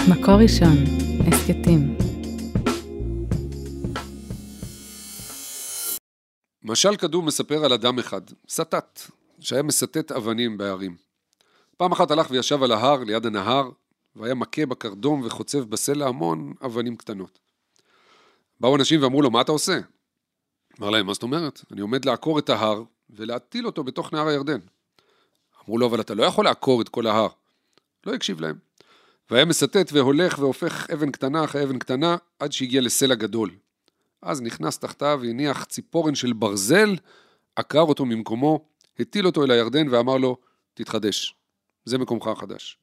מקור ראשון, הסקטים. משל קדום מספר על אדם אחד, סטת, שהיה מסטט אבנים בהרים. פעם אחת הלך וישב על ההר ליד הנהר, והיה מכה בקרדום וחוצב בסלע המון אבנים קטנות. באו אנשים ואמרו לו, מה אתה עושה? אמר להם, מה זאת אומרת? אני עומד לעקור את ההר ולהטיל אותו בתוך נהר הירדן. אמרו לו, אבל אתה לא יכול לעקור את כל ההר. לא הקשיב להם. והיה מסטט והולך והופך אבן קטנה אחרי אבן קטנה, עד שהגיע לסלע גדול. אז נכנס תחתיו והניח ציפורן של ברזל, עקר אותו ממקומו, הטיל אותו אל הירדן ואמר לו, תתחדש. זה מקומך החדש.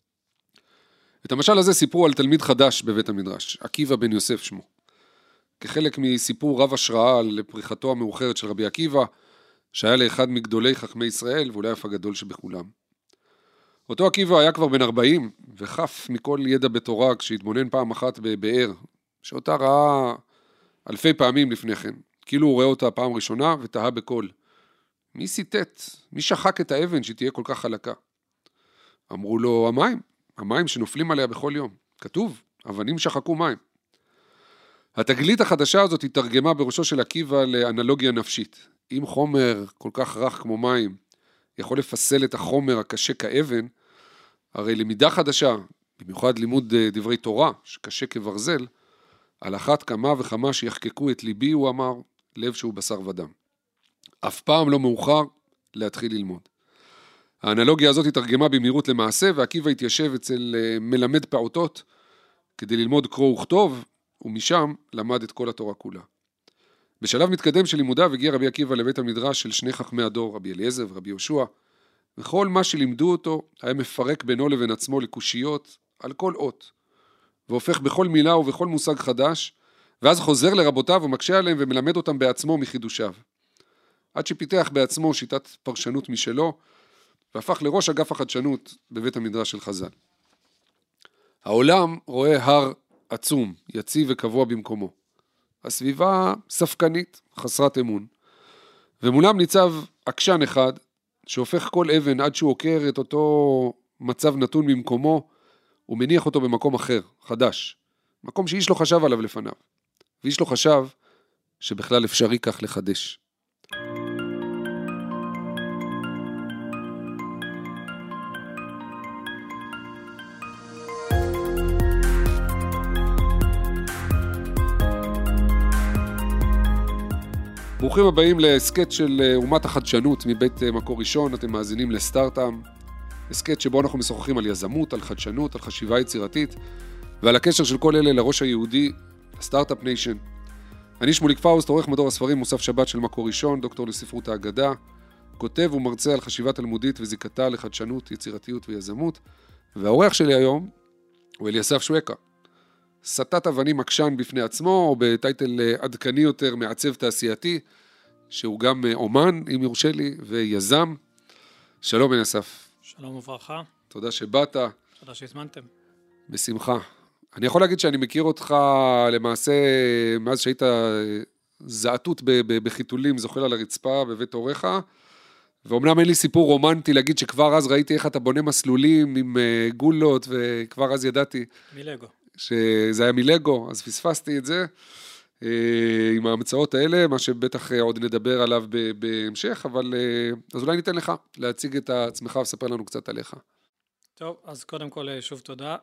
את המשל הזה סיפרו על תלמיד חדש בבית המדרש, עקיבא בן יוסף שמו. כחלק מסיפור רב השראה על פריחתו המאוחרת של רבי עקיבא, שהיה לאחד מגדולי חכמי ישראל, ואולי אף הגדול שבכולם. אותו עקיבא היה כבר בן 40, וחף מכל ידע בתורה, כשהתבונן פעם אחת בבאר, שאותה ראה אלפי פעמים לפני כן. כאילו הוא רואה אותה פעם ראשונה, ותהה בקול. מי סיטט? מי שחק את האבן שתהיה כל כך חלקה? אמרו לו, המים שנופלים עליה בכל יום. כתוב, אבנים שחקו מים. התגלית החדשה הזאת התרגמה בראשו של עקיבא לאנלוגיה נפשית. אם חומר כל כך רך כמו מים יכול לפסל את החומר הקשה כאבן, הרי למידה חדשה, במיוחד לימוד דברי תורה, שקשה כברזל, על אחת כמה וכמה שיחקקו את ליבי, הוא אמר, לב שהוא בשר ודם. אף פעם לא מאוחר להתחיל ללמוד. האנלוגיה הזאת התרגמה במהירות למעשה, ועקיבא התיישב אצל מלמד פעוטות, כדי ללמוד קרוא וכתוב, ומשם למד את כל התורה כולה. בשלב מתקדם של לימודיו הגיע רבי עקיבא לבית המדרש של שני חכמי הדור, רבי אליעזר ורבי יהושע, וכל מה שלימדו אותו היה מפרק בינו לבין עצמו לקושיות על כל אות, והופך בכל מילה ובכל מושג חדש, ואז חוזר לרבותיו ומקשה עליהם ומלמד אותם בעצמו מחידושיו. עד שפיתח בעצמו שיטת פרשנות משלו, והפך לראש אגף החדשנות בבית המדרש של חז"ל. העולם רואה הר עצום, יציב וקבוע במקומו. הסביבה ספקנית, חסרת אמון. ומולם ניצב עקשן אחד, שהופך כל אבן עד שהוא עוקר את אותו מצב נתון במקומו, ומניח אותו במקום אחר, חדש. מקום שאיש לא חשב עליו לפניו. ואיש לא חשב שבכלל אפשרי כך לחדש. ברוכים הבאים להסקט של אומת החדשנות מבית מקור ראשון. אתם מאזינים לסטארט-אפ, הסקט שבו אנחנו משוחחים על יזמות, על חדשנות, על חשיבה יצירתית ועל הקשר של כל אלה לראש היהודי, הסטארט-אפ ניישן. אני שמוליק פאוסט, עורך מדור הספרים מוסף שבת של מקור ראשון, דוקטור לספרות האגדה, כותב ומרצה על חשיבה תלמודית וזיקתה לחדשנות, יצירתיות ויזמות, והעורך שלי היום הוא אליסף שווקה. סטת אבנים עקשן בפני עצמו, או בטייטל עדכני יותר, מעצב תעשייתי, שהוא גם אומן, אם יורשה לי, ויזם. שלום אליסף. שלום וברכה. תודה שבאת. תודה שהזמנתם. בשמחה. אני יכול להגיד שאני מכיר אותך למעשה, מאז שהיית זעתות בחיתולים, זוחל על הרצפה בבית הוריך, ואומנם אין לי סיפור רומנטי להגיד שכבר אז ראיתי איך אתה בונה מסלולים עם גולות, וכבר אז ידעתי. מלגו. שזה היה מלגו, אז פספסתי את זה, עם ההמצאות האלה, מה שבטח עוד נדבר עליו בהמשך, אבל אז אולי ניתן לך להציג את עצמך וספר לנו קצת עליך. טוב, אז קודם כל שוב תודה.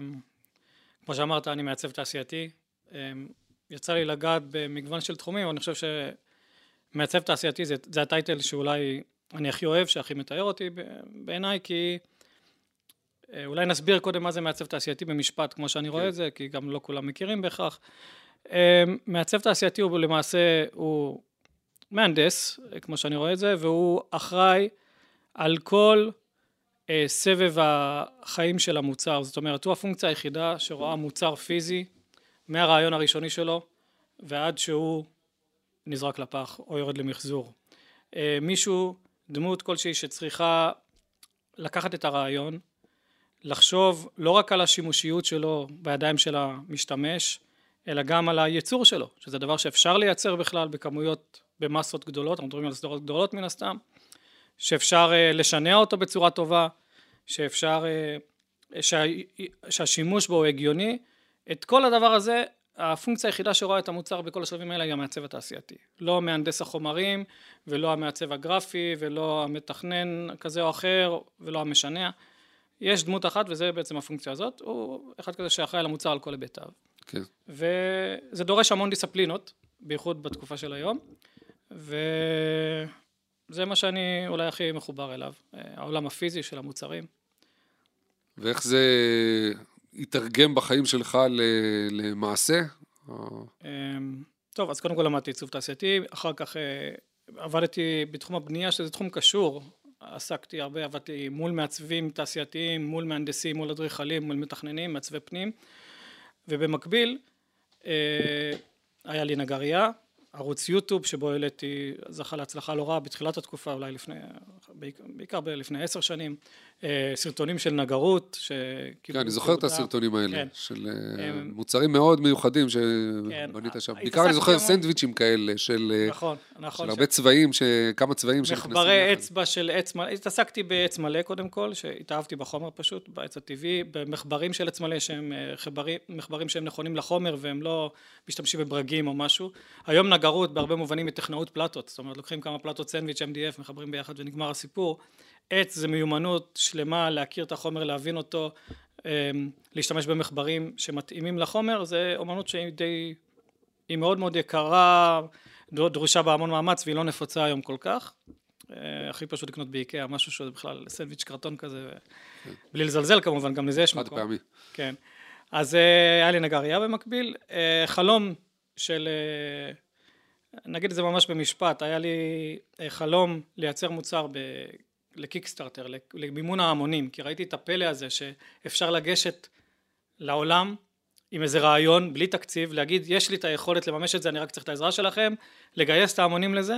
כמו שאמרת, אני מעצב תעשייתי. יצא לי לגעת במגוון של תחומים, אני חושב שמעצב תעשייתי זה הטייטל שאולי אני הכי אוהב, שהכי מתאר אותי בעיניי, כי אולי נסביר קודם מה זה מעצב תעשייתי במשפט, כמו שאני רואה את זה, כי גם לא כולם מכירים בהכרח. מעצב תעשייתי הוא למעשה, הוא מהנדס, כמו שאני רואה את זה, והוא אחראי על כל סבב החיים של המוצר. זאת אומרת, הוא הפונקציה היחידה שרואה מוצר פיזי, מהרעיון הראשוני שלו, ועד שהוא נזרק לפח או יורד למחזור. מישהו, דמות כלשהי שצריכה לקחת את הרעיון, לחשוב לא רק על השימושיות שלו בידיים של המשתמש, אלא גם על הייצור שלו, שזה דבר שאפשר לייצר בכלל בכמויות, במסות גדולות, אנחנו מדברים על סדרות גדולות מן הסתם, שאפשר לשנע אותו בצורה טובה, שאפשר שהשימוש בו הוא הגיוני, את כל הדבר הזה, הפונקציה היחידה שרואה את המוצר בכל השלבים האלה היא המעצב התעשייתי. לא מהנדס החומרים, ולא המעצב הגרפי, ולא המתכנן כזה או אחר, ולא המשנע. יש דמות אחת, וזה בעצם הפונקציה הזאת, הוא אחד כזה שאחראי על המוצר על כל היבטיו. כן. וזה דורש המון דיסציפלינות, בייחוד בתקופה של היום, וזה מה שאני אולי הכי מחובר אליו, העולם הפיזי של המוצרים. ואיך זה יתרגם בחיים שלך למעשה? טוב, אז קודם כל למדתי עיצוב תעשייתי, אחר כך עבדתי בתחום הבנייה, שזה תחום קשור, עסקתי הרבה, עבדתי מול מעצבים תעשייתיים, מול מהנדסים, מול אדריכלים, מול מתכננים, מעצבי פנים, ובמקביל היה לי נגריה, ערוץ יוטיוב שבו העליתי, זכה להצלחה לא רעה בתחילת התקופה, אולי בעיקר לפני 10 שנים, סרטונים של נגרות. כן, אני זוכר את הסרטונים האלה, של מוצרים מאוד מיוחדים שבנית שם. בעיקר אני זוכר סנדוויצ'ים כאלה, של הרבה צבעים, כמה צבעים שנכנסים. מחברי אצבע של עץ מלא, התעסקתי בעץ מלא קודם כל, שהתאהבתי בחומר פשוט, בעץ הטבעי, במחברים של עץ מלא, שהם מחברים שהם נכונים לחומר, והם לא משתמשים בברגים או משהו. היום נגרות בהרבה מובנים מטכנאות פלטות, זאת אומרת, לוקחים כמה פלטות סנדוויץ' MDF, מחברים ביחד ונגמר הסיפור. עץ זה מיומנות שלמה, להכיר את החומר, להבין אותו, להשתמש במחברים שמתאימים לחומר, זה אומנות שהיא מאוד מאוד יקרה, דרושה בה המון מאמץ, והיא לא נפוצה היום כל כך. הכי פשוט לקנות באיקאה, משהו שזה בכלל סנדוויץ' קרטון כזה, בלי לזלזל כמובן, גם לזה יש מקום. חד פעמי. כן. אז היה לי נגריה במקביל, חלום של, נגיד את זה ממש במשפט, היה לי חלום לייצר מוצר לקיקסטארטר, למימון ההמונים, כי ראיתי את הפלא הזה שאפשר לגשת לעולם עם איזה רעיון, בלי תקציב, להגיד יש לי את היכולת לממש את זה, אני רק צריך את העזרה שלכם, לגייס את ההמונים לזה,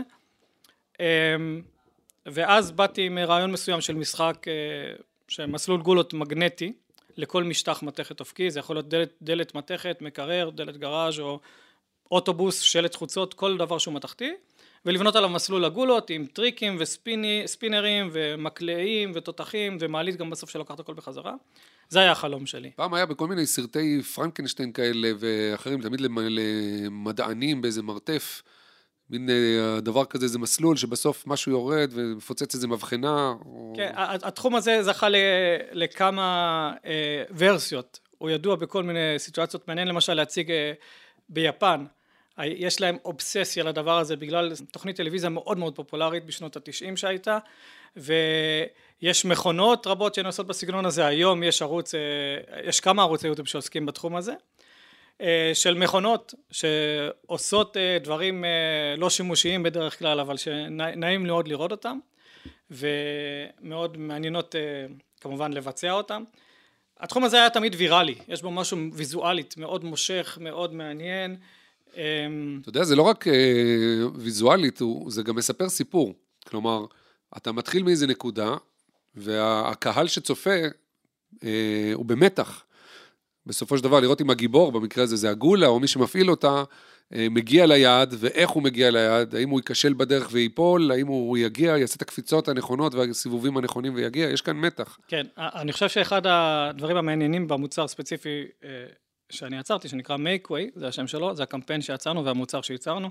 ואז באתי עם רעיון מסוים של משחק, שמסלול גולות מגנטי, לכל משטח מתכת אופקי, זה יכול להיות דלת מתכת, מקרר, דלת גראז' או אוטובוס, שלט חוצות, כל דבר שהוא מתכתי, ולבנות עליו מסלול הגולות עם טריקים וספינרים ומקלעים ותותחים ומעלית גם בסוף שלוקחת הכל בחזרה. זה היה החלום שלי. פעם היה בכל מיני סרטי פרנקנשטיין כאלה ואחרים, תמיד למדענים באיזה מרתף, מין דבר כזה, איזה מסלול שבסוף משהו יורד ומפוצץ איזה מבחנה. כן, התחום הזה זכה לכמה ורסיות. הוא ידוע בכל מיני סיטואציות. מעניין למשל להציג ביפן. יש להם אובססיה לדבר הזה בגלל תוכנית טלוויזיה מאוד מאוד פופולרית בשנות ה-90 שהייתה, ויש מכונות רבות שנעשות בסגנון הזה. היום יש כמה ערוצי יוטיוב שעוסקים בתחום הזה, של מכונות שעושות דברים לא שימושיים בדרך כלל, אבל שנעים מאוד לראות אותם, ומאוד מעניינות כמובן לבצע אותם. התחום הזה היה תמיד ויראלי, יש בו משהו ויזואלית, מאוד מושך, מאוד מעניין. אתה יודע, זה לא רק ויזואלית, זה גם מספר סיפור. כלומר, אתה מתחיל מאיזה נקודה, והקהל שצופה הוא במתח. בסופו של דבר, לראות אם הגיבור, במקרה הזה זה הגולה, או מי שמפעיל אותה, מגיע ליעד, ואיך הוא מגיע ליעד, האם הוא ייכשל בדרך ויפול, האם הוא יגיע, יעשה את הקפיצות הנכונות והסיבובים הנכונים ויגיע, יש כאן מתח. כן, אני חושב שאחד הדברים המעניינים במוצר ספציפי שאני יצרתי, שנקרא Make Way, זה השם שלו, זה הקמפיין שיצרנו והמוצר שיצרנו.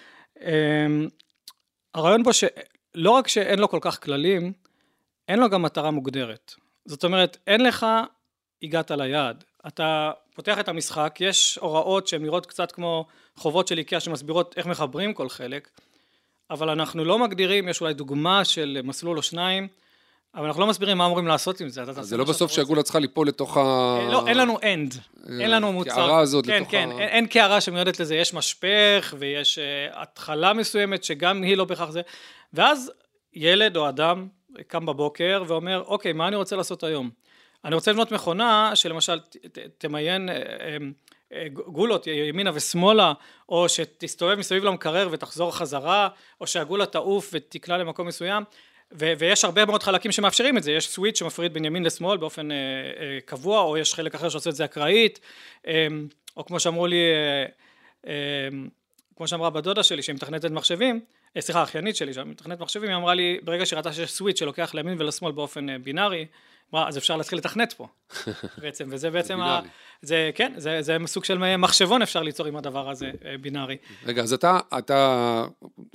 הרעיון בו שלא רק שאין לו כל כך כללים, אין לו גם מטרה מוגדרת. זאת אומרת, אין לך, הגעת ליעד. אתה פותח את המשחק, יש הוראות שהן נראות קצת כמו חובות של איקאה שמסבירות איך מחברים כל חלק, אבל אנחנו לא מגדירים, יש אולי דוגמה של מסלול או שניים, אבל אנחנו לא מסבירים מה אמורים לעשות עם זה. זה לא בסוף שהגולה צריכה ליפול לתוך ה... לא, אין לנו end, אין לנו מוצר. קערה הזאת כן, לתוך כן, אין קערה שמיועדת לזה, יש משפך ויש התחלה מסוימת שגם היא לא בהכרח זה, ואז ילד או אדם קם בבוקר ואומר, אוקיי, מה אני רוצה לעשות היום? אני רוצה לבנות מכונה שלמשל תמיין גולות ימינה ושמאלה, או שתסתובב מסביב למקרר ותחזור חזרה, או שהגולה תעוף ותקלע למקום מסוים, ויש הרבה מאוד חלקים שמאפשרים את זה, יש סוויץ' שמפריד בין ימין לשמאל באופן קבוע, או יש חלק אחר שעושה את זה אקראית, או כמו שאמרו לי, כמו שאמרה בדודה שלי, שהיא מתכנתת מחשבים, סליחה, האחיינית שלי, שהיא מתכנתת מחשבים, היא אמרה לי, ברגע שראתה שיש סוויץ' שלוקח לימין ולשמאל באופן בינארי, אמרה, אז אפשר להתחיל לתכנת פה. בעצם, וזה בעצם, זה, כן, זה סוג של מחשבון אפשר ליצור עם הדבר הזה, בינארי. רגע, אז אתה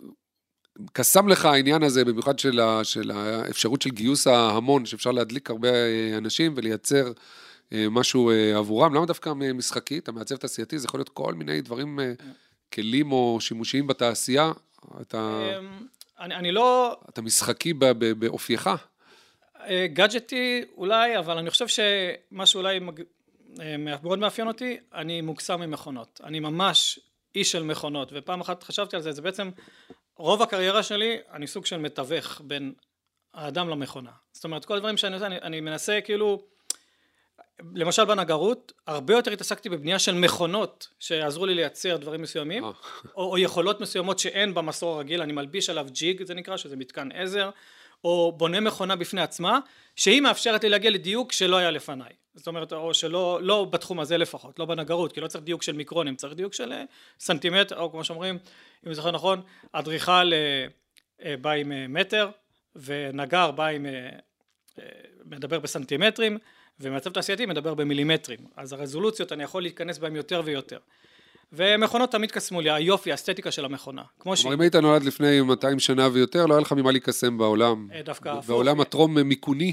קסם לך העניין הזה, במיוחד של האפשרות של גיוס ההמון, שאפשר להדליק הרבה אנשים ולייצר משהו עבורם. למה דווקא משחקי? אתה מעצב תעשייתי, זה יכול להיות כל מיני דברים, כלים או שימושיים בתעשייה. אני לא... אתה משחקי באופייך. גאדג'טי אולי, אבל אני חושב שמה שאולי מאוד מאפיין אותי, אני מוקסם ממכונות. אני ממש איש של מכונות, ופעם אחת חשבתי על זה, זה בעצם רוב הקריירה שלי, אני סוג של מתווך בין האדם למכונה. זאת אומרת, כל הדברים שאני עושה, אני מנסה כאילו, למשל בנגרות, הרבה יותר התעסקתי בבנייה של מכונות, שיעזרו לי לייצר דברים מסוימים, או יכולות מסוימות שאין במסור הרגיל, אני מלביש עליו ג'יג, זה נקרא, שזה מתקן עזר, או בונה מכונה בפני עצמה, שהיא מאפשרת לי להגיע לדיוק שלא היה לפניי. זאת אומרת, או שלא, לא בתחום הזה לפחות, לא בנגרות, כי לא צריך דיוק של מיקרונים, צריך דיוק של סנטימטר, או כמו שאומרים, אם זוכר נכון, אדריכל בא עם מטר, ונגר בא עם, מדבר בסנטימטרים, ומעצב תעשייתי מדבר במילימטרים. אז הרזולוציות, אני יכול להתכנס בהם יותר ויותר. ומכונות תמיד קסמו לי, היופי, האסתטיקה של המכונה. כלומר, אם היית נולד לפני 200 שנה ויותר, לא היה לך ממה להיקסם בעולם. דווקא הפוך. בעולם הטרום מיקוני.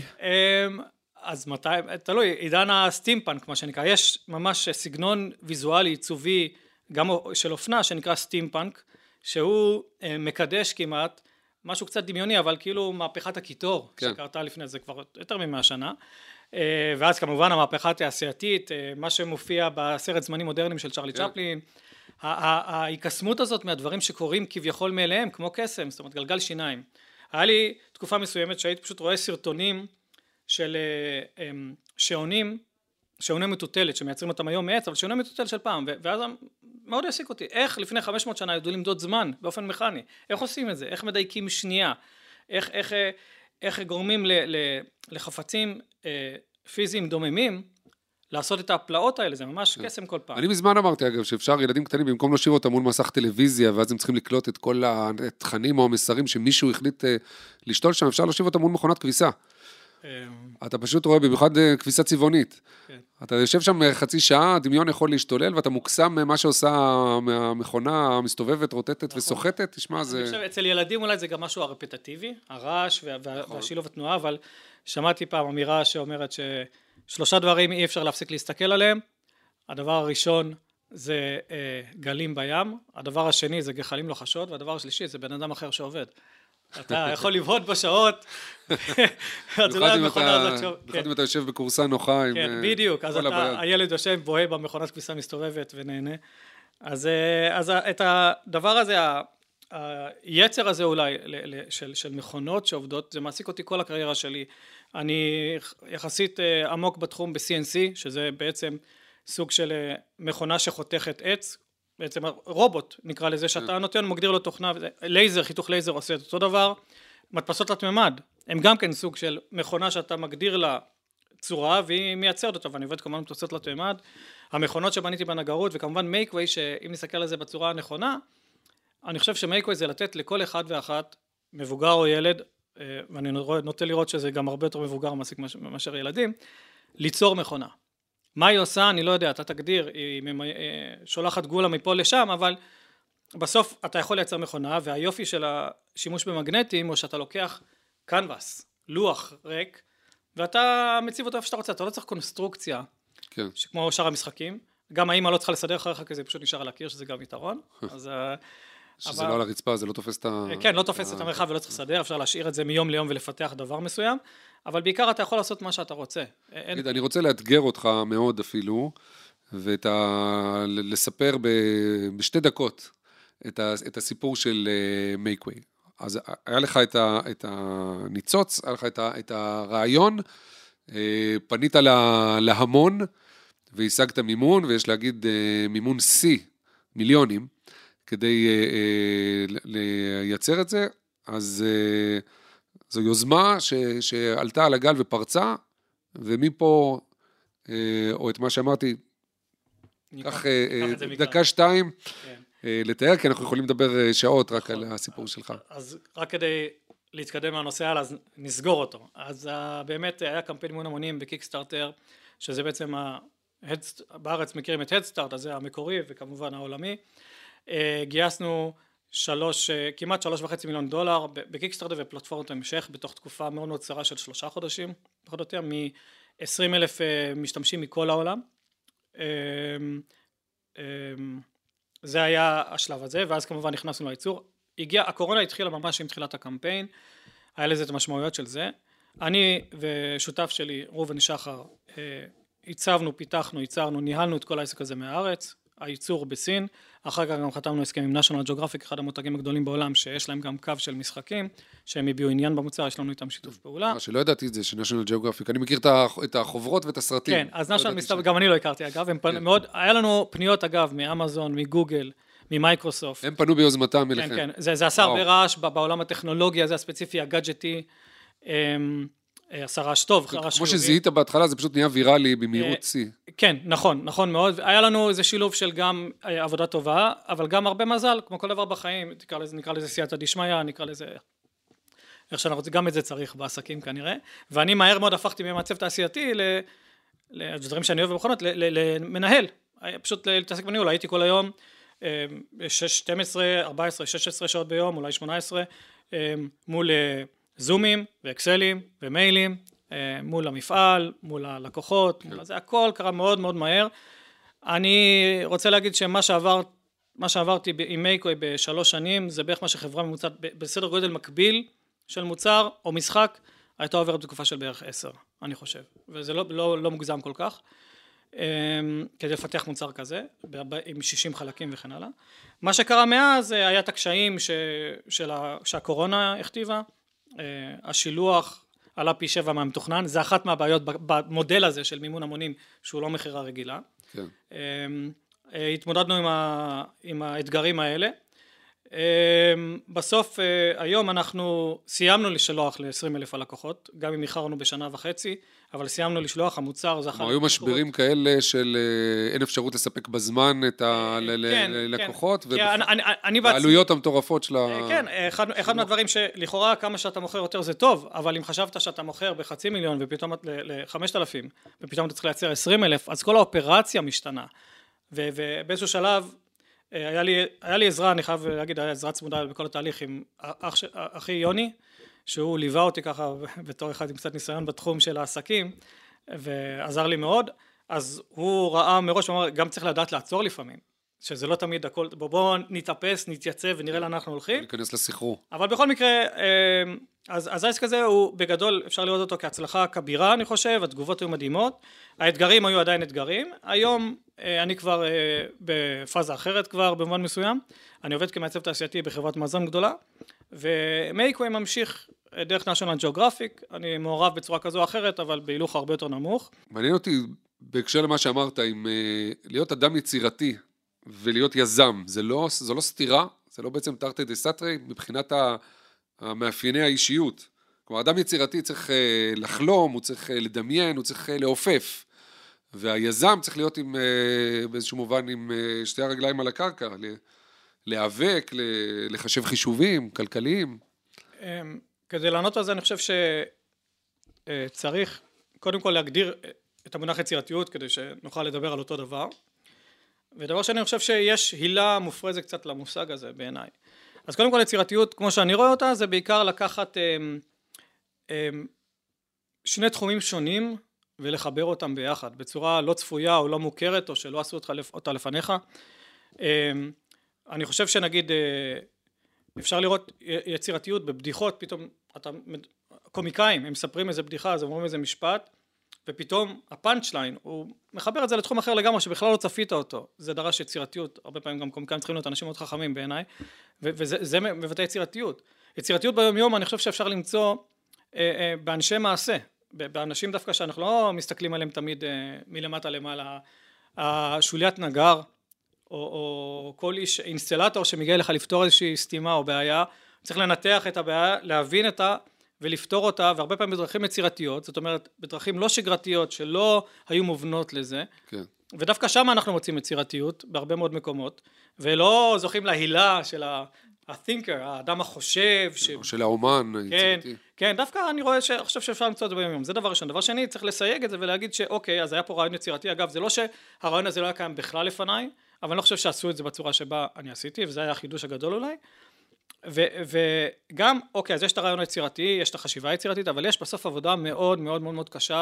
אז מתי, תלוי, עידן הסטימפאנק, מה שנקרא, יש ממש סגנון ויזואלי, עיצובי, גם של אופנה, שנקרא סטימפאנק, שהוא מקדש כמעט, משהו קצת דמיוני, אבל כאילו מהפכת הקיטור, כן. שקרתה לפני זה כבר יותר מ100 שנה, ואז כמובן המהפכה התעשייתית, מה שמופיע בסרט זמנים מודרניים של צ'רלי צ'פלין, ההיקסמות הזאת מהדברים שקורים כביכול מאליהם, כמו קסם, זאת אומרת גלגל שיניים. היה לי תקופה מסוימת שהייתי פשוט רואה סרטונים של שעוני מטוטלת, שמייצרים אותם היום מעץ, אבל שעוני מטוטלת של פעם, ואז מאוד העסיק אותי, איך לפני 500 שנה ידעו למדוד זמן באופן מכני, איך עושים את זה, איך מדייקים שנייה, איך גורמים לחפצים פיזיים דוממים, לעשות את הפלאות האלה, זה ממש קסם כל פעם. אני מזמן אמרתי אגב, שאפשר ילדים קטנים, במקום להשאיר אותם מול מסך טלוויזיה, ואז הם צריכים לקלוט את כל התכנים או המסרים שמישהו החליט לשתול שם, אפשר להשאיר אותם מול מכונת כביסה. אתה פשוט רואה במיוחד כביסה צבעונית. אתה יושב שם חצי שעה, הדמיון יכול להשתולל, ואתה מוקסם ממה שעושה מהמכונה המסתובבת, רוטטת וסוחטת, תשמע זה... אני חושב, אצל ילדים אולי זה גם משהו הרפטטיבי, הרעש והשילוב התנועה, אבל שמעתי פעם אמירה שאומרת ששלושה דברים אי אפשר להפסיק להסתכל עליהם. הדבר הראשון זה גלים בים, הדבר השני זה גחלים לוחשות, והדבר השלישי זה בן אדם אחר שעובד. אתה יכול לבהות בשעות, במיוחד אם אתה יושב בקורסה נוחה. כן, בדיוק, אז הילד יושב בוהה במכונת כביסה מסתובבת ונהנה. אז את הדבר הזה, היצר הזה אולי של מכונות שעובדות, זה מעסיק אותי כל הקריירה שלי. אני יחסית עמוק בתחום ב-CNC, שזה בעצם סוג של מכונה שחותכת עץ, בעצם רובוט נקרא לזה, שאתה נותן, מגדיר לו תוכנה, לייזר, חיתוך לייזר עושה את אותו דבר, מדפסות לתממד, הם גם כן סוג של מכונה שאתה מגדיר לה צורה, והיא מייצרת אותה, ואני עובד כמובן מדפסות לתממד, המכונות שבניתי בנגרות, וכמובן מייקווי, שאם נסתכל על זה בצורה הנכונה, אני חושב שמייקווי זה לתת לכל אחד ואחת, מבוגר או ילד, ואני נוטה לראות שזה גם הרבה יותר מבוגר מעסיק מאשר ילדים, ליצור מכונה. מה היא עושה? אני לא יודע, אתה תגדיר, היא שולחת גולה מפה לשם, אבל בסוף אתה יכול לייצר מכונה, והיופי של השימוש במגנטים, הוא שאתה לוקח קנבס, לוח ריק, ואתה מציב אותו איפה שאתה רוצה, אתה לא צריך קונסטרוקציה, כן. כמו שאר המשחקים, גם האמא לא צריכה לסדר אחריך, כי זה פשוט נשאר על הקיר, שזה גם יתרון, אז... שזה לא על הרצפה, זה לא תופס את כן, לא תופס את המרחב ולא צריך לסדר, אפשר להשאיר את זה מיום ליום ולפתח דבר מסוים, אבל בעיקר אתה יכול לעשות מה שאתה רוצה. אני רוצה לאתגר אותך מאוד אפילו, ולספר בשתי דקות את הסיפור של מייקווי. אז היה לך את הניצוץ, היה לך את הרעיון, פנית להמון, והשגת מימון, ויש להגיד מימון C, מיליונים, כדי לייצר את זה, אז זו יוזמה שעלתה על הגל ופרצה, ומפה, או את מה שאמרתי, כך דקה 2, לתאר, כי אנחנו יכולים לדבר שעות רק על הסיפור שלך. אז רק כדי להתקדם מהנושא הלאה, אז נסגור אותו. אז באמת היה קמפיין מימון המונים בקיקסטארטר, שזה בעצם, בארץ מכירים את הדסטארט, אז זה המקורי וכמובן העולמי. גייסנו כמעט $3.5 מיליון בקיקסטארטר ופלטפורמת המשך, בתוך תקופה מאוד מאוד קצרה של 3 חודשים, פחות או יותר, מ-20,000 משתמשים מכל העולם. זה היה השלב הזה, ואז כמובן נכנסנו לייצור. הקורונה התחילה ממש עם תחילת הקמפיין, היה לזה את המשמעויות של זה. אני ושותף שלי, ראובן שחר, ייצרנו, ניהלנו את כל העסק הזה מהארץ, הייצור בסין, אחר כך גם חתמנו הסכם עם National Geographic, אחד המותגים הגדולים בעולם, שיש להם גם קו של משחקים, שהם הביאו עניין במוצר, יש לנו איתם שיתוף פעולה. מה שלא ידעתי את זה, ש-National Geographic, אני מכיר את החוברות ואת הסרטים. כן, אז גם אני לא הכרתי אגב, היה לנו פניות אגב, מאמזון, מגוגל, ממייקרוסופט. הם פנו ביוזמתם אליכם. כן, זה עשה הרבה רעש בעולם הטכנולוגי הזה הספציפי, הגאדג'טי, עשה רעש טוב. כמו שזיהית בהתחלה, זה פשוט נהיה ויראלי במהירות C. כן, נכון מאוד. היה לנו איזה שילוב של גם עבודה טובה, אבל גם הרבה מזל, כמו כל דבר בחיים, נקרא לזה סייעתא דשמיא, נקרא לזה איך שאנחנו רוצים, גם את זה צריך בעסקים כנראה. ואני מהר מאוד הפכתי ממעצב תעשייתי לדברים שאני אוהב במכונות, למנהל. פשוט להתעסק בניהול, הייתי כל היום 12, 14, 16 שעות ביום, אולי 18, מול זומים ואקסלים ומיילים, מול המפעל, מול הלקוחות, זה הכל קרה מאוד מאוד מהר. אני רוצה להגיד שמה שעברתי עם מייקוי ב3 שנים, זה בערך מה שחברה ממוצעת בסדר גודל מקביל של מוצר או משחק, הייתה עוברת בתקופה של בערך 10, אני חושב, וזה לא מוגזם כל כך. כדי לפתח מוצר כזה, עם 60 חלקים וכן הלאה. מה שקרה מאז היה את הקשיים שהקורונה הכתיבה, השילוח עלה פי 7 מהמתוכנן, זה אחת מהבעיות במודל הזה של מימון המונים, שהוא לא מחירה רגילה. כן. התמודדנו עם האתגרים האלה. בסוף היום אנחנו סיימנו לשלוח ל-20,000 הלקוחות, גם אם איחרנו בשנה וחצי, אבל סיימנו לשלוח, המוצר זה היו משברים כאלה של אין אפשרות לספק בזמן ללקוחות, והעלויות המטורפות של כן, אחד מהדברים שלכאורה כמה שאתה מוכר יותר זה טוב, אבל אם חשבת שאתה מוכר ב500,000 ופתאום ל5,000 ופתאום אתה צריך לייצר 20,000, אז כל האופרציה משתנה, ובאיזשהו שלב היה לי עזרה, אני חייב להגיד, היה עזרה צמודה בכל התהליך עם אחי יוני, שהוא ליווה אותי ככה בתור אחד עם קצת ניסיון בתחום של העסקים, ועזר לי מאוד. אז הוא ראה מראש, הוא אמר, גם צריך לדעת לעצור לפעמים, שזה לא תמיד הכל, בואו נתאפס, נתייצב ונראה לאן אנחנו הולכים. ניכנס לסחרור. אבל בכל מקרה, אז העסק הזה הוא בגדול, אפשר לראות אותו כהצלחה כבירה, אני חושב, התגובות היו מדהימות, האתגרים היו עדיין אתגרים, היום אני כבר בפאזה אחרת כבר במובן מסוים, אני עובד כמעצב תעשייתי בחברת מזון גדולה, ומייקווי ממשיך דרך National Geographic, אני מעורב בצורה כזו או אחרת, אבל בהילוך הרבה יותר נמוך. מעניין אותי, בהקשר למה שאמרת, עם להיות אדם יצירתי ולהיות יזם, זו לא סתירה, זה לא בעצם תרתי דסתרי, מבחינת המאפייני האישיות. כלומר, אדם יצירתי צריך לחלום, הוא צריך לדמיין, הוא צריך לעופף. והיזם צריך להיות באיזשהו מובן עם שתי הרגליים על הקרקע, להיאבק, לחשב חישובים, כלכליים. כדי לענות על זה, אני חושב שצריך קודם כל להגדיר את המונח יצירתיות, כדי שנוכל לדבר על אותו דבר. ודבר שני, אני חושב שיש הילה מופרזת קצת למושג הזה בעיניי. אז קודם כל יצירתיות, כמו שאני רואה אותה, זה בעיקר לקחת שני תחומים שונים, ולחבר אותם ביחד, בצורה לא צפויה או לא מוכרת, או שלא עשו אותה לפניך. אני חושב שנגיד, אפשר לראות יצירתיות בבדיחות, פתאום קומיקאים, הם מספרים איזה בדיחה, אז אומרים איזה משפט, ופתאום הפאנץ' ליין, הוא מחבר את זה לתחום אחר לגמרי, שבכלל לא צפית אותו. זה דרש יצירתיות, הרבה פעמים גם קומיקאים צריכים להיות אנשים מאוד חכמים בעיניי, וזה מבטא יצירתיות. יצירתיות ביום יום, אני חושב שאפשר למצוא באנשי מעשה, באנשים דווקא שאנחנו לא מסתכלים עליהם תמיד מלמטה למעלה, השוליית נגר, או כל איש אינסטלטור שמגיע לך לפתור איזושהי סתימה או בעיה, צריך לנתח את הבעיה, להבין אותה ולפתור אותה, והרבה פעמים בדרכים יצירתיות, זאת אומרת בדרכים לא שגרתיות שלא היו מובנות לזה, כן. ודווקא שם אנחנו מוצאים יצירתיות, בהרבה מאוד מקומות, ולא זוכים להילה של ה-thinker, האדם החושב. של האומן היצירתי. כן, דווקא אני חושב שאפשר למצוא את זה ביום. זה דבר ראשון. דבר שני, צריך לסייג את זה ולהגיד שאוקיי, אז היה פה רעיון יצירתי. אגב, זה לא שהרעיון הזה לא היה קיים בכלל לפניי, אבל אני לא חושב שעשו את זה בצורה שבה אני עשיתי, וזה היה החידוש הגדול אולי. וגם, אוקיי, אז יש את הרעיון היצירתי, יש את החשיבה היצירתית, אבל יש בסוף עבודה מאוד מאוד מאוד מאוד קשה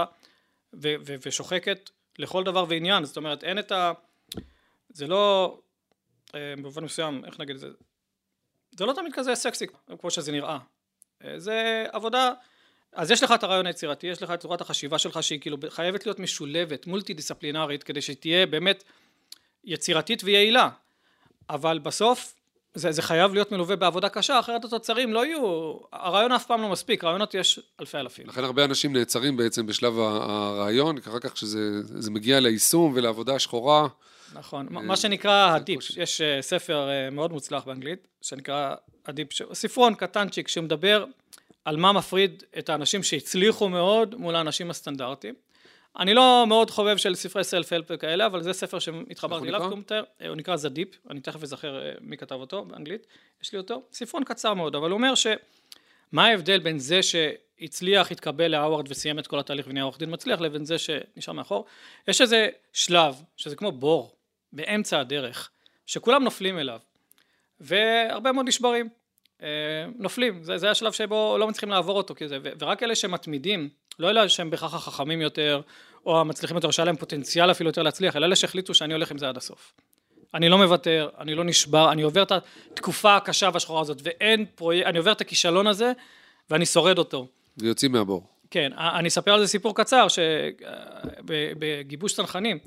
ושוחקת לכל דבר ועניין. זאת אומרת, אין את זה לא, במובן מסוים, איך נגיד את זה? זה לא תמיד כזה סקסי, כמו שזה נראה. זה עבודה, אז יש לך את הרעיון היצירתי, יש לך את צורת החשיבה שלך, שהיא כאילו חייבת להיות משולבת, מולטי דיסציפלינרית, כדי שתהיה באמת יצירתית ויעילה. אבל בסוף, זה חייב להיות מלווה בעבודה קשה, אחרת התוצרים לא יהיו, הרעיון אף פעם לא מספיק, רעיונות יש אלפים. לכן הרבה אנשים נעצרים בעצם בשלב הרעיון, אחר כך שזה מגיע ליישום ולעבודה השחורה. נכון, מה שנקרא הדיפ, יש ספר מאוד מוצלח באנגלית, שנקרא הדיפ, ספרון קטנצ'יק שמדבר על מה מפריד את האנשים שהצליחו מאוד מול האנשים הסטנדרטיים. אני לא מאוד חובב של ספרי סלף-הלפ כאלה, אבל זה ספר שהתחברתי אליו, הוא נקרא The Deep, אני תכף אזכר מי כתב אותו באנגלית, יש לי אותו, ספרון קצר מאוד, אבל הוא אומר מה ההבדל בין זה שהצליח, התקבל להאוורד וסיים את כל התהליך ונהיה עורך דין מצליח, לבין זה שנשאר מאחור. יש איזה שלב, שזה כמו בור, באמצע הדרך, שכולם נופלים אליו, והרבה מאוד נשברים, נופלים, זה השלב שבו לא מצליחים לעבור אותו כזה, ורק אלה שמתמידים, לא אלה שהם בכך החכמים יותר, או המצליחים יותר, שהיה להם פוטנציאל אפילו יותר להצליח, אלא אלה שהחליטו שאני הולך עם זה עד הסוף. אני לא מוותר, אני לא נשבר, אני עובר את התקופה הקשה והשחורה הזאת, אני עובר את הכישלון הזה, ואני שורד אותו. ויוצאים מהבור. כן, אני אספר על זה סיפור קצר, בגיבוש צנחנים,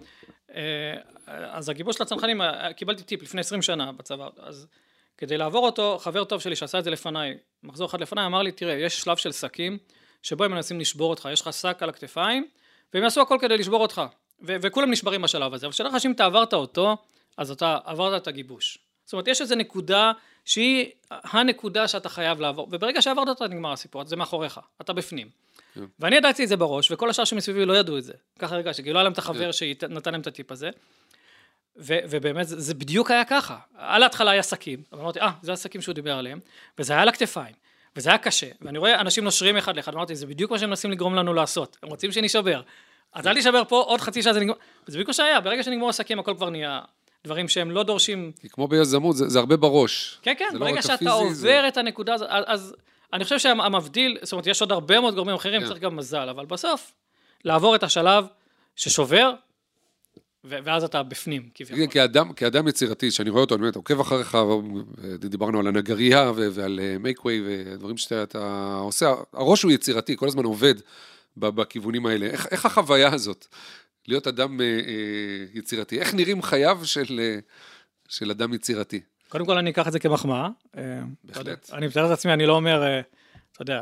אז הגיבוש של הצנחנים, קיבלתי טיפ לפני 20 שנה בצבא, אז כדי לעבור אותו, חבר טוב שלי שעשה את זה לפניי, מחזור אחד לפניי, אמר לי, תראה, יש שלב של שקים, שבו הם מנסים לשבור אותך, יש לך שק על הכתפיים, והם יעשו הכל כדי לשבור אותך, וכולם נשברים בשלב הזה, אבל שאלה לך שאם אתה עברת אותו, אז אתה עברת את הגיבוש. זאת אומרת, יש איזו נקודה, שהיא הנקודה שאתה חייב לעבור, וברגע שעברת אותה נגמר הסיפור, זה מאחוריך, אתה בפנים. ואני ידעתי את זה בראש, וכל השאר שמסביבי לא ידעו את זה. ככה הרגשתי, כי לא היה להם את החבר שנתן להם את הטיפ הזה, ובאמת זה בדיוק היה ככה. על ההתחלה היה שקים, אבל אמרתי, זה השקים שהוא דיבר עליהם, וזה היה על הכתפיים, וזה היה קשה, ואני רואה אנשים נושרים אחד לאחד, אמרתי, זה בדיוק מה שהם מנסים לגרום לנו לעשות, הם רוצים שנשבר, אז אל תשבר פה, עוד חצי שעה זה נגמר, וזה בדיוק שהיה, ברגע שנגמור השקים, הכל כבר נהיה דברים שהם לא דורשים. כי כמו ביזמות, זה הרבה בראש. כן, ברגע שאתה עובר את הנקודה הזאת, אז אני חושב שהמבדיל, זאת אומרת, יש עוד הרבה מאוד גורמים אחרים, צריך גם מזל, אבל בסוף, לעבור את השלב ששובר, ואז אתה בפנים, כביכול. כאדם יצירתי, שאני רואה אותו, אני באמת, עוקב אחריך, דיברנו על הנגריה ועל מייקווי ודברים שאתה עושה, הראש הוא יצירתי, כל הזמן עובד בכיוונים האלה. איך החוויה הזאת, להיות אדם יצירתי? איך נראים חייו של אדם יצירתי? קודם כל אני אקח את זה כמחמאה. בהחלט. אני מתאר את עצמי, אני לא אומר, אתה יודע,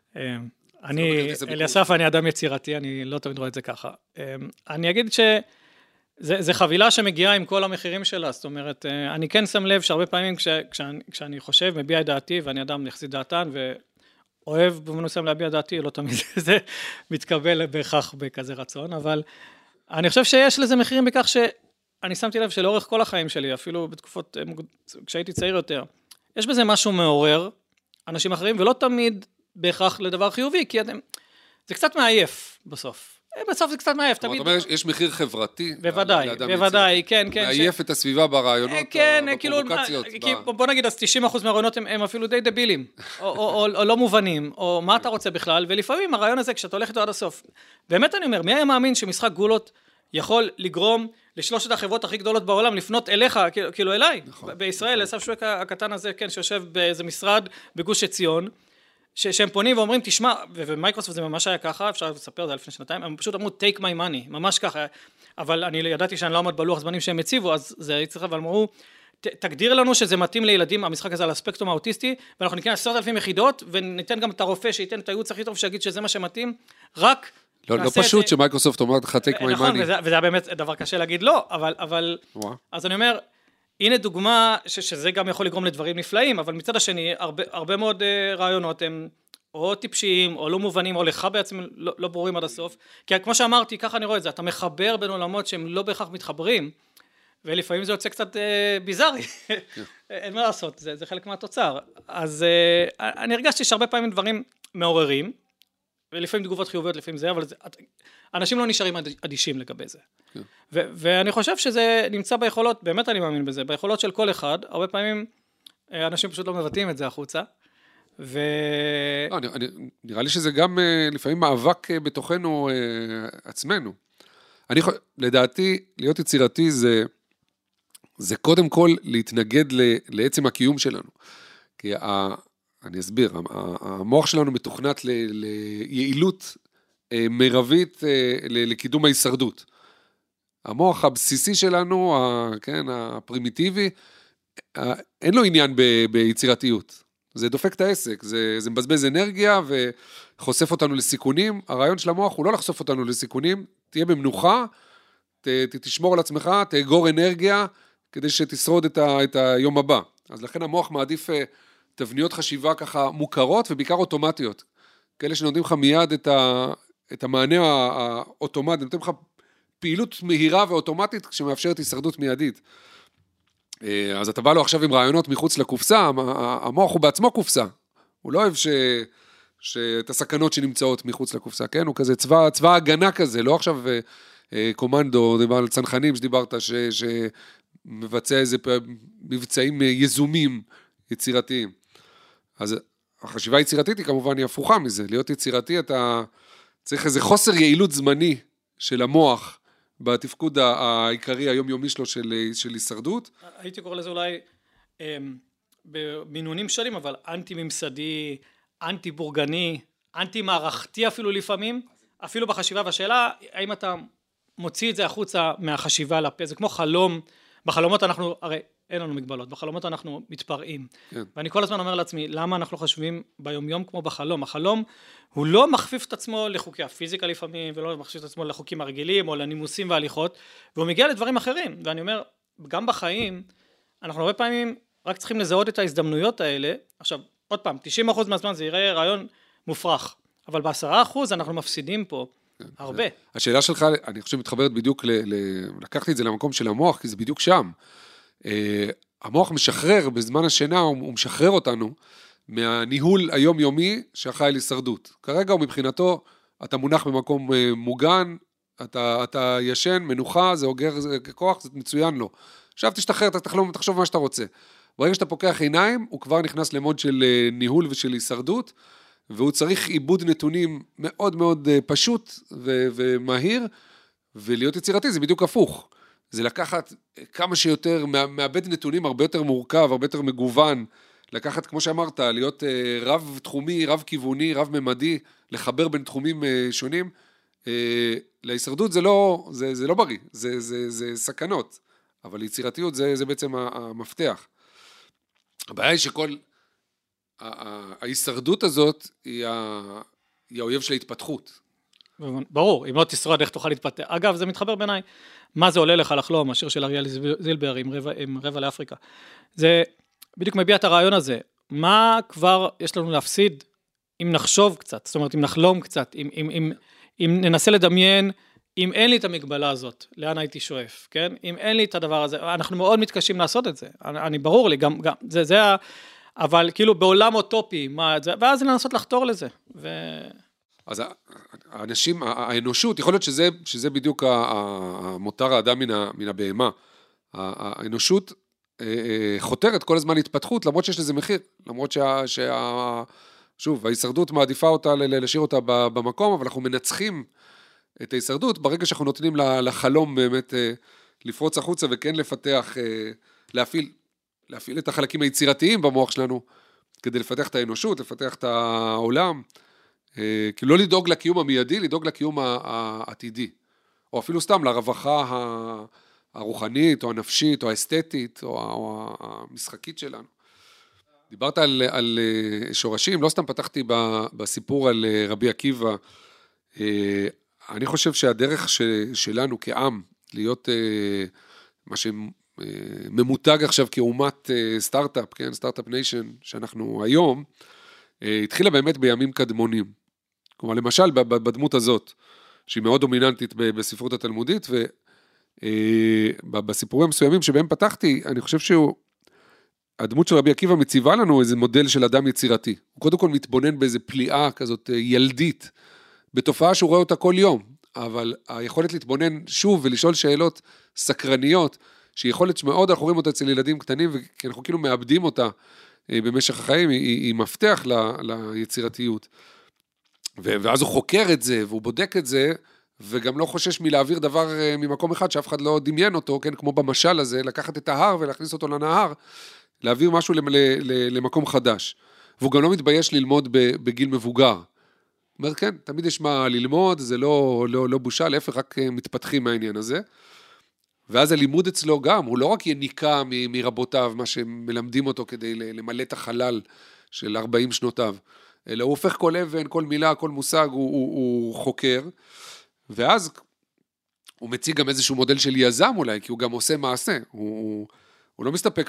אליסף, אני אדם יצירתי, אני לא תמיד רואה את זה ככה. אני אגיד זה חבילה שמגיעה עם כל המחירים שלה, זאת אומרת, אני כן שם לב שהרבה פעמים כשאני חושב, מביע את דעתי, ואני אדם יחסית דעתן, ואוהב במנוסם להביע דעתי, לא תמיד זה מתקבל בהכרח בכזה רצון, אבל אני חושב שיש לזה מחירים בכך שאני שמתי לב שלאורך כל החיים שלי, אפילו בתקופות, כשהייתי צעיר יותר, יש בזה משהו מעורר אנשים אחרים, ולא תמיד בהכרח לדבר חיובי, כי זה קצת מעייף בסוף. בסוף זה קצת מעייף, תמיד. זאת אומרת, יש מחיר חברתי. בוודאי, כן. מעייף את הסביבה ברעיונות, בפרובוקציות. בוא נגיד, אז 90% מהרעיונות הם אפילו די דבילים, או לא מובנים, או מה אתה רוצה בכלל, ולפעמים הרעיון הזה, כשאתה הולך איתו עד הסוף, באמת אני אומר, מי היה מאמין שמשחק גולות יכול לגרום לשלושת החברות הכי גדולות בעולם, לפנות אליך, כאילו אליי, בישראל, אליסף שוויק הקטן הזה, כן, שיושב באיזה משרד בגוש עציון, שהם פונים ואומרים, תשמע, ומייקרוסופט זה ממש היה ככה, אפשר לספר זה לפני שנתיים, הם פשוט אמרו, take my money, ממש ככה, אבל אני ידעתי שאני לא עמד בלוח זמנים שהם הציבו, אז זה יצטרך, אבל אמרו, תגדיר לנו שזה מתאים לילדים, המשחק הזה על הספקטרום האוטיסטי, ואנחנו ניתן 10,000 יחידות, וניתן גם את הרופא שייתן את הייעוץ הכי טוב, שיגיד שזה מה שמתאים, רק לא פשוט שמייקרוסופט אומרת לך, take my money. נכון, וזה היה באמת דבר קשה להגיד לא, אבל, אז אני אומר, הנה דוגמה שזה גם יכול לגרום לדברים נפלאים, אבל מצד השני, הרבה מאוד רעיונות הם או טיפשיים, או לא מובנים, או לך בעצם לא ברורים עד הסוף, כי כמו שאמרתי, ככה אני רואה את זה, אתה מחבר בין עולמות שהם לא בהכרח מתחברים, ולפעמים זה יוצא קצת ביזארי, אין מה לעשות, זה חלק מהתוצר. אז אני הרגשתי שהרבה פעמים דברים מעוררים, ולפעמים תגובות חיוביות, לפעמים זה, אבל אנשים לא נשארים אדישים לגבי זה. ואני חושב שזה נמצא ביכולות, באמת אני מאמין בזה, ביכולות של כל אחד, הרבה פעמים אנשים פשוט לא מבטאים את זה החוצה, נראה לי שזה גם לפעמים מאבק בתוכנו עצמנו. לדעתי, להיות יצירתי זה קודם כל להתנגד לעצם הקיום שלנו. כי אני אסביר, המוח שלנו מתוכנת ליעילות מרבית לקידום ההישרדות. המוח הבסיסי שלנו, כן, הפרימיטיבי, אין לו עניין ביצירתיות. זה דופק את העסק, זה מבזבז אנרגיה וחושף אותנו לסיכונים. הרעיון של המוח הוא לא לחשוף אותנו לסיכונים, תהיה במנוחה, תשמור על עצמך, תאגור אנרגיה, כדי שתשרוד את היום הבא. אז לכן המוח מעדיף תבניות חשיבה ככה מוכרות ובעיקר אוטומטיות. כאלה שנותנים לך מיד את המענה האוטומטי, נותנים לך פעילות מהירה ואוטומטית שמאפשרת הישרדות מיידית. אז אתה בא לו עכשיו עם רעיונות מחוץ לקופסה, המוח הוא בעצמו קופסה, הוא לא אוהב את הסכנות שנמצאות מחוץ לקופסה, כן? הוא כזה צבא הגנה כזה, לא עכשיו קומנדו, דיבר על צנחנים שדיברת, שמבצע איזה מבצעים יזומים יצירתיים. אז החשיבה היצירתית היא כמובן היא הפוכה מזה, להיות יצירתי אתה צריך איזה חוסר יעילות זמני של המוח, בתפקוד העיקרי היומיומי שלו של הישרדות. הייתי קורא לזה אולי במינונים שונים, אבל אנטי-ממסדי, אנטי-בורגני, אנטי-מערכתי אפילו לפעמים, אפילו בחשיבה, והשאלה, האם אתה מוציא את זה החוצה מהחשיבה לפה, זה כמו חלום, בחלומות אנחנו, הרי אין לנו מגבלות, בחלומות אנחנו מתפרעים, כן. ואני כל הזמן אומר לעצמי, למה אנחנו חושבים ביומיום כמו בחלום? החלום הוא לא מכפיף את עצמו לחוקי הפיזיקה לפעמים, ולא מכפיף את עצמו לחוקים הרגילים, או לנימוסים והליכות, והוא מגיע לדברים אחרים, ואני אומר, גם בחיים, אנחנו הרבה פעמים רק צריכים לזהות את ההזדמנויות האלה, עכשיו, עוד פעם, 90% מהזמן זה יראה רעיון מופרך, אבל ב10% אנחנו מפסידים פה הרבה. השאלה שלך, אני חושב מתחברת בדיוק, לקחתי את זה למקום של המוח, כי זה בדיוק שם. המוח משחרר בזמן השינה, הוא משחרר אותנו מהניהול היומיומי שאחראי על הישרדות. כרגע הוא מבחינתו, אתה מונח במקום מוגן, אתה ישן, מנוחה, זה אוגר כוח, זה מצוין לו. עכשיו תשתחרר, תחשוב מה שאתה רוצה. ברגע שאתה פוקח עיניים, הוא כבר נכנס למוד של ניהול ושל הישרדות, והוא צריך עיבוד נתונים מאוד מאוד פשוט ומהיר, ולהיות יצירתי זה בדיוק הפוך. זה לקחת כמה שיותר, מאבד נתונים הרבה יותר מורכב, הרבה יותר מגוון, לקחת, כמו שאמרת, להיות רב תחומי, רב כיווני, רב ממדי, לחבר בין תחומים שונים. להישרדות זה לא בריא, זה סכנות, אבל יצירתיות זה בעצם המפתח. הבעיה היא שכל ההישרדות הזאת היא האויב של ההתפתחות. ברור, אם לא תשרוד איך תוכל להתפתח. אגב, זה מתחבר בעיניי, מה זה עולה לך לחלום, השיר של אריאל זילבר עם רבע לאפריקה. זה בדיוק מביע את הרעיון הזה. מה כבר יש לנו להפסיד אם נחשוב קצת, זאת אומרת, אם נחלום קצת, אם ננסה לדמיין, אם אין לי את המגבלה הזאת, לאן הייתי שואף, כן? אם אין לי את הדבר הזה, אנחנו מאוד מתקשים לעשות את זה. אני ברור לי, גם אבל כאילו בעולם אוטופי, ואז לנסות לחתור לזה. אז האנשים, האנושות, יכול להיות שזה בדיוק המותר האדם מן הבהמה. האנושות חותרת כל הזמן להתפתחות, למרות שיש לזה מחיר, למרות שוב, ההישרדות מעדיפה אותה, להשאיר אותה במקום, אבל אנחנו מנצחים את ההישרדות, ברגע שאנחנו נותנים לחלום באמת לפרוץ החוצה, וכן לפתח, להפעיל את החלקים היצירתיים במוח שלנו, כדי לפתח את האנושות, לפתח את העולם, כי לא לדאוג לקיום המיידי, לדאוג לקיום העתידי, או אפילו סתם לרווחה הרוחנית, או הנפשית, או האסתטית, או המשחקית שלנו. דיברת על שורשים, לא סתם פתחתי בסיפור על רבי עקיבא, אני חושב שהדרך שלנו כעם, להיות מה שממותג עכשיו כאומת סטארט-אפ, כן, סטארט-אפ ניישן, שאנחנו היום, התחילה באמת בימים קדמונים. כלומר, למשל, בדמות הזאת, שהיא מאוד דומיננטית בספרות התלמודית, ובסיפורים המסוימים שבהם פתחתי, אני חושב הדמות של רבי עקיבא מציבה לנו איזה מודל של אדם יצירתי. הוא קודם כל מתבונן באיזה פליאה כזאת ילדית, בתופעה שהוא רואה אותה כל יום, אבל היכולת להתבונן שוב ולשאול שאלות סקרניות, שהיא יכולת שמאוד אנחנו רואים אותה אצל ילדים קטנים, כי אנחנו כאילו מאבדים אותה במשך החיים, היא מפתח ליצירתיות. ואז הוא חוקר את זה, והוא בודק את זה, וגם לא חושש מלהעביר דבר ממקום אחד, שאף אחד לא דמיין אותו, כן, כמו במשל הזה, לקחת את ההר ולהכניס אותו לנהר, להעביר משהו למקום חדש. והוא גם לא מתבייש ללמוד בגיל מבוגר. אומר, כן, תמיד יש מה ללמוד, זה לא בושה, להפך, רק מתפתחים מהעניין הזה. ואז הלימוד אצלו גם, הוא לא רק יניקה מרבותיו, מה שמלמדים אותו כדי למלא את החלל של 40 שנותיו, אלא הוא הופך כל אבן, כל מילה, כל מושג, הוא חוקר, ואז הוא מציג גם איזשהו מודל של יזם אולי, כי הוא גם עושה מעשה, הוא לא מסתפק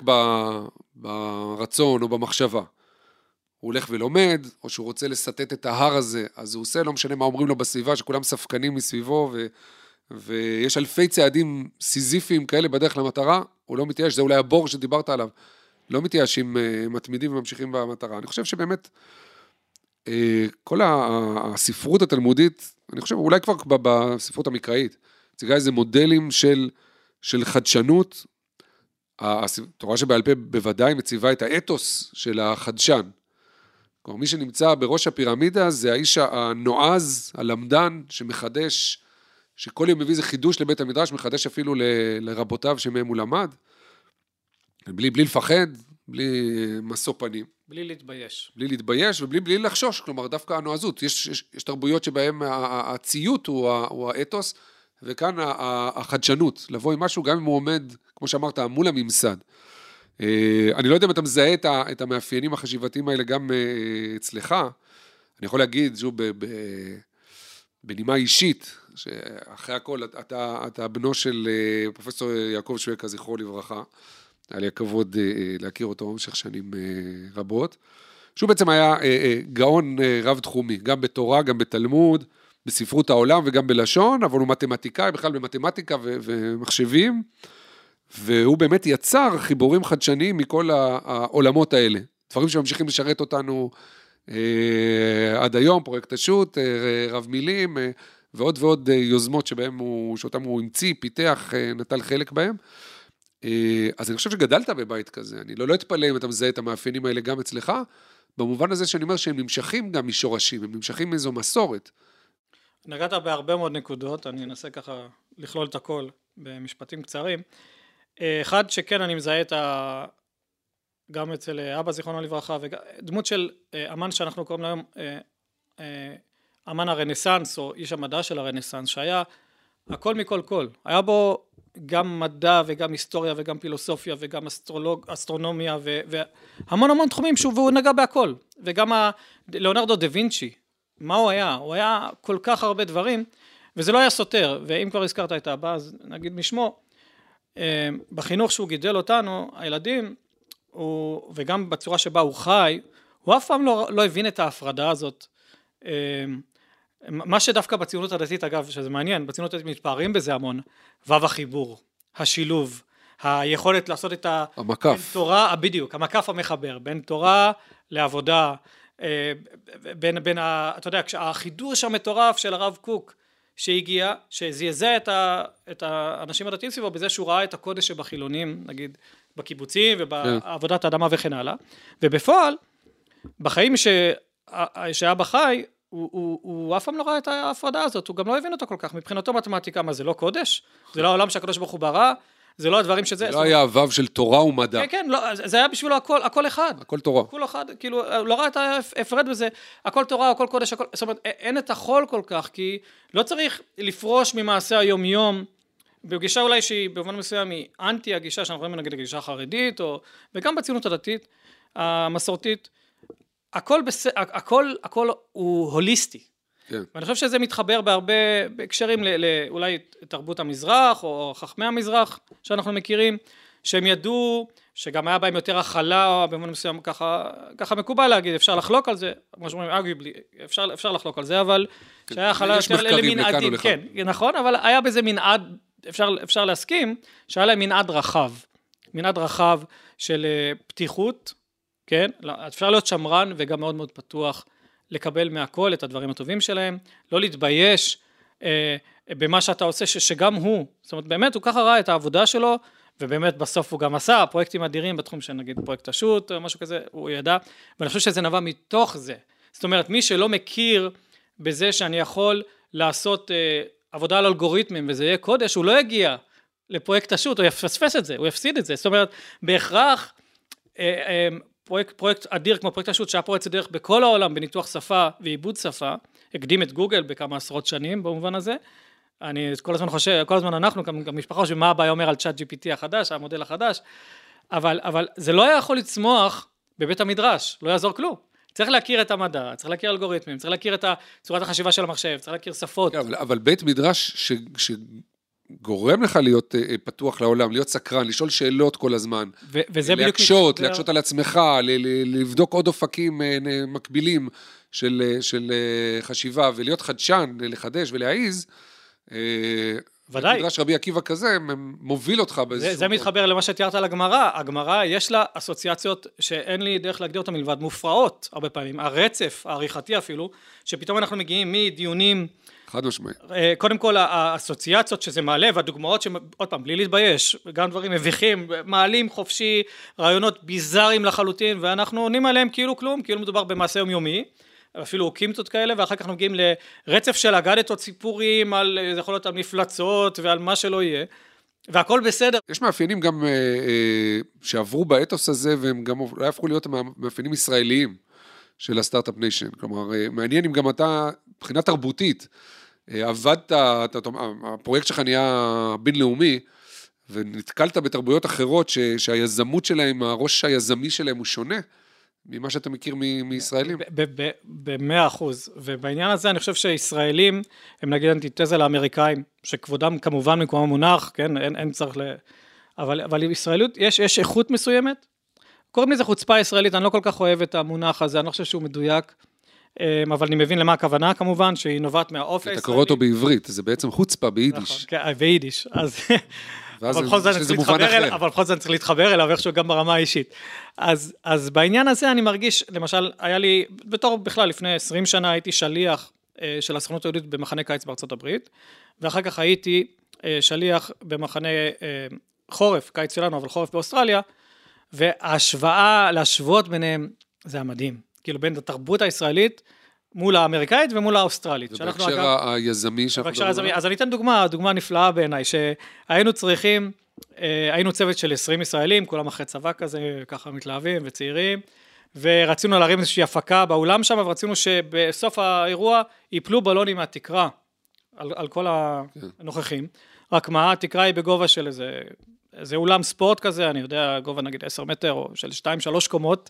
ברצון או במחשבה, הוא הולך ולומד, או שהוא רוצה לסטט את ההר הזה, אז הוא עושה, לא משנה מה אומרים לו בסביבה, שכולם ספקנים מסביבו, ויש אלפי צעדים סיזיפיים כאלה בדרך למטרה, הוא לא מתייאש, זה אולי הבור שדיברת עליו, לא מתייאשים, מתמידים וממשיכים במטרה. אני חושב שבאמת, כל הספרות התלמודית, אני חושב, אולי כבר בספרות המקראית, הציגה איזה מודלים של חדשנות, התורה שבעל פה בוודאי מציבה את האתוס של החדשן, כלומר, מי שנמצא בראש הפירמידה, זה האיש הנועז, הלמדן, שמחדש, שכל יום מביא איזה חידוש לבית המדרש, מחדש אפילו לרבותיו שמהם הוא למד, בלי לפחד, בלי משוא פנים. בלי להתבייש. בלי להתבייש ובלי לחשוש, כלומר, דווקא הנועזות. יש תרבויות שבהן הציות הוא האתוס, וכאן החדשנות, לבוא עם משהו, גם אם הוא עומד, כמו שאמרת, מול הממסד. אני לא יודע אם אתה מזהה את המאפיינים החשיבתיים האלה גם אצלך, אני יכול להגיד, שוב, בנימה אישית, שאחרי הכל, אתה בנו של פרופסור יעקב שווקה, זכרו לברכה, היה לי הכבוד להכיר אותו במשך שנים רבות, שהוא בעצם היה גאון רב תחומי, גם בתורה, גם בתלמוד, בספרות העולם וגם בלשון, אבל הוא מתמטיקאי, בכלל במתמטיקה ומחשבים, והוא באמת יצר חיבורים חדשניים מכל העולמות האלה, דברים שממשיכים לשרת אותנו עד היום, פרויקט השו"ת, רב מילים, ועוד ועוד יוזמות שאותם הוא המציא, פיתח, נטל חלק בהם. אז אני חושב שגדלת בבית כזה, אני לא אתפלא אם אתה מזהה את המאפיינים האלה גם אצלך, במובן הזה שאני אומר שהם נמשכים גם משורשים, הם נמשכים מאיזו מסורת. נגעת בהרבה מאוד נקודות, אני אנסה ככה לכלול את הכל במשפטים קצרים. אחד שכן אני מזהה גם אצל אבא זיכרונו לברכה, ודמות של אמן שאנחנו קוראים לו היום אמן הרנסנס, או איש המדע של הרנסנס, שהיה הכל מכל כל. היה בו גם מדע וגם היסטוריה וגם פילוסופיה וגם אסטרונומיה והמון המון תחומים והוא נגע בהכל. וגם ליאונרדו דה וינצ'י, מה הוא היה? הוא היה כל כך הרבה דברים, וזה לא היה סותר. ואם כבר הזכרת את האבא, אז נגיד משמו, בחינוך שהוא גידל אותנו, הילדים, וגם בצורה שבה הוא חי, הוא אף פעם לא הבין את ההפרדה הזאת. מה שדווקא בציונות הדתית, אגב, שזה מעניין, בציונות הדתית מתפארים בזה המון, וו החיבור, השילוב, היכולת לעשות את המקף. תורה, בדיוק, המקף המחבר, בין תורה לעבודה, בין אתה יודע, החידוש המטורף של הרב קוק, שהגיע, שזעזע את האנשים הדתיים סביבו, בזה שהוא ראה את הקודש שבחילונים, נגיד, בקיבוצים ובעבודת האדמה וכן הלאה, ובפועל, בחיים שהיה בחי, הוא אף פעם לא ראה את ההפרדה הזאת, הוא גם לא הבין אותו כל כך, מבחינתו מתמטיקה, מה זה לא קודש? זה לא העולם שהקדוש ברוך הוא ברא, זה לא הדברים שזה... זה לא היה הוו של תורה ומדע. כן, כן, זה היה בשבילו הכל אחד. הכל תורה. הכל אחד, כאילו, לא ראה את ההפרד בזה, הכל תורה, הכל קודש, זאת אומרת, אין את החול כל כך, כי לא צריך לפרוש ממעשה היום-יום, בגישה אולי שהיא במובן מסוים היא אנטי הגישה, שאנחנו רואים נגיד הגישה החרדית, וגם בציונות הדתית, המסורתית, הכל הוא הוליסטי. כן. ואני חושב שזה מתחבר בהרבה הקשרים לאולי תרבות המזרח, או חכמי המזרח, שאנחנו מכירים, שהם ידעו שגם היה בהם יותר הכלה, במובן מסוים ככה מקובל להגיד, אפשר לחלוק על זה, כמו שאומרים, אפשר לחלוק על זה, אבל שהיה הכלה יותר למנעדים, כן, נכון, אבל היה בזה מנעד, אפשר להסכים, שהיה להם מנעד רחב של פתיחות, כן, אפשר להיות שמרן וגם מאוד מאוד פתוח, לקבל מהכל את הדברים הטובים שלהם, לא להתבייש במה שאתה עושה, שגם הוא, זאת אומרת, באמת הוא ככה ראה את העבודה שלו, ובאמת בסוף הוא גם עשה פרויקטים אדירים בתחום של נגיד פרויקט השו"ת או משהו כזה, הוא ידע, ואני חושב שזה נבע מתוך זה. זאת אומרת, מי שלא מכיר בזה שאני יכול לעשות עבודה על אלגוריתמים וזה יהיה קודש, הוא לא יגיע לפרויקט השו"ת, הוא יפספס את זה, הוא יפסיד את זה. זאת אומרת, בהכרח פרויקט אדיר כמו פרויקט השו"ת, שהיה פורץ דרך בכל העולם בניתוח שפה ועיבוד שפה, הקדים את גוגל בכמה עשרות שנים במובן הזה, אני כל הזמן חושב, כל הזמן אנחנו כמשפחה חושבים מה הבעיה אומר על צ'אט GPT החדש, המודל החדש, אבל זה לא היה יכול לצמוח בבית המדרש, לא יעזור כלום. צריך להכיר את המדע, צריך להכיר אלגוריתמים, צריך להכיר את צורת החשיבה של המחשב, צריך להכיר שפות. אבל בית מדרש שגורם לך להיות פתוח לעולם, להיות סקרן, לשאול שאלות כל הזמן, להקשות על עצמך, לבדוק עוד אופקים מקבילים של חשיבה, ולהיות חדשן, לחדש ולהעיז, ודאי. מדרש רבי עקיבא כזה, מוביל אותך באיזשהו... זה מתחבר למה שתיארת על הגמרא. הגמרא יש לה אסוציאציות שאין לי דרך להגדיר אותן מלבד מופרעות הרבה פעמים. הרצף, העריכתי אפילו, שפתאום אנחנו מגיעים מדיונים... חד משמעי. קודם כל האסוציאציות שזה מעלה, והדוגמאות עוד פעם, בלי להתבייש, גם דברים מביכים, מעלים חופשי, רעיונות ביזאריים לחלוטין, ואנחנו עונים עליהם כאילו כלום, כאילו מדובר במעשה יומיומי. אפילו אוקימתות כאלה, ואחר כך אנחנו מגיעים לרצף של אגדות סיפורים, זה יכול להיות על מפלצות ועל מה שלא יהיה, והכל בסדר. יש מאפיינים גם שעברו באתוס הזה, והם גם לא הפכו להיות מאפיינים ישראליים של הסטארט-אפ ניישן, כלומר, מעניין אם גם אתה, מבחינה תרבותית, עבדת, הפרויקט שלך נהיה בינלאומי, ונתקלת בתרבויות אחרות, שהיזמות שלהם, הראש היזמי שלהם הוא שונה, ממה שאתה מכיר מישראלים? ב100%, ובעניין הזה אני חושב שישראלים, הם נגיד אנטיתזה לאמריקאים, שכבודם כמובן מקומם מונח, כן, אין צריך אבל בישראליות יש איכות מסוימת, קוראים לזה חוצפה ישראלית, אני לא כל כך אוהב את המונח הזה, אני לא חושב שהוא מדויק, אבל אני מבין למה הכוונה כמובן, שהיא נובעת מהאופי הישראלי. אתה קורא אותו בעברית, זה בעצם חוצפה ביידיש. נכון, כן, ביידיש, אז... אבל בכל זאת צריך להתחבר אליו איכשהו גם ברמה האישית. אז בעניין הזה אני מרגיש, למשל, היה לי, בתור בכלל לפני 20 שנה הייתי שליח של הסוכנות היהודית במחנה קיץ בארצות הברית, ואחר כך הייתי שליח במחנה חורף, קיץ שלנו, אבל חורף באוסטרליה, וההשוואה, להשוות ביניהם, זה המדהים. כאילו בין התרבות הישראלית, מול האמריקאית ומול האוסטרלית. ובהקשר היזמי שאנחנו מדברים. אז אני אתן דוגמה נפלאה בעיניי, שהיינו צריכים, היינו צוות של 20 ישראלים, כולם אחרי צבא כזה, ככה מתלהבים וצעירים, ורצינו להרים איזושהי הפקה באולם שם, ורצינו שבסוף האירוע ייפלו בלונים מהתקרה, על כל הנוכחים, רק מה, התקרה היא בגובה של איזה אולם ספורט כזה, אני יודע, גובה נגיד 10 מטר, או של 2-3 קומות,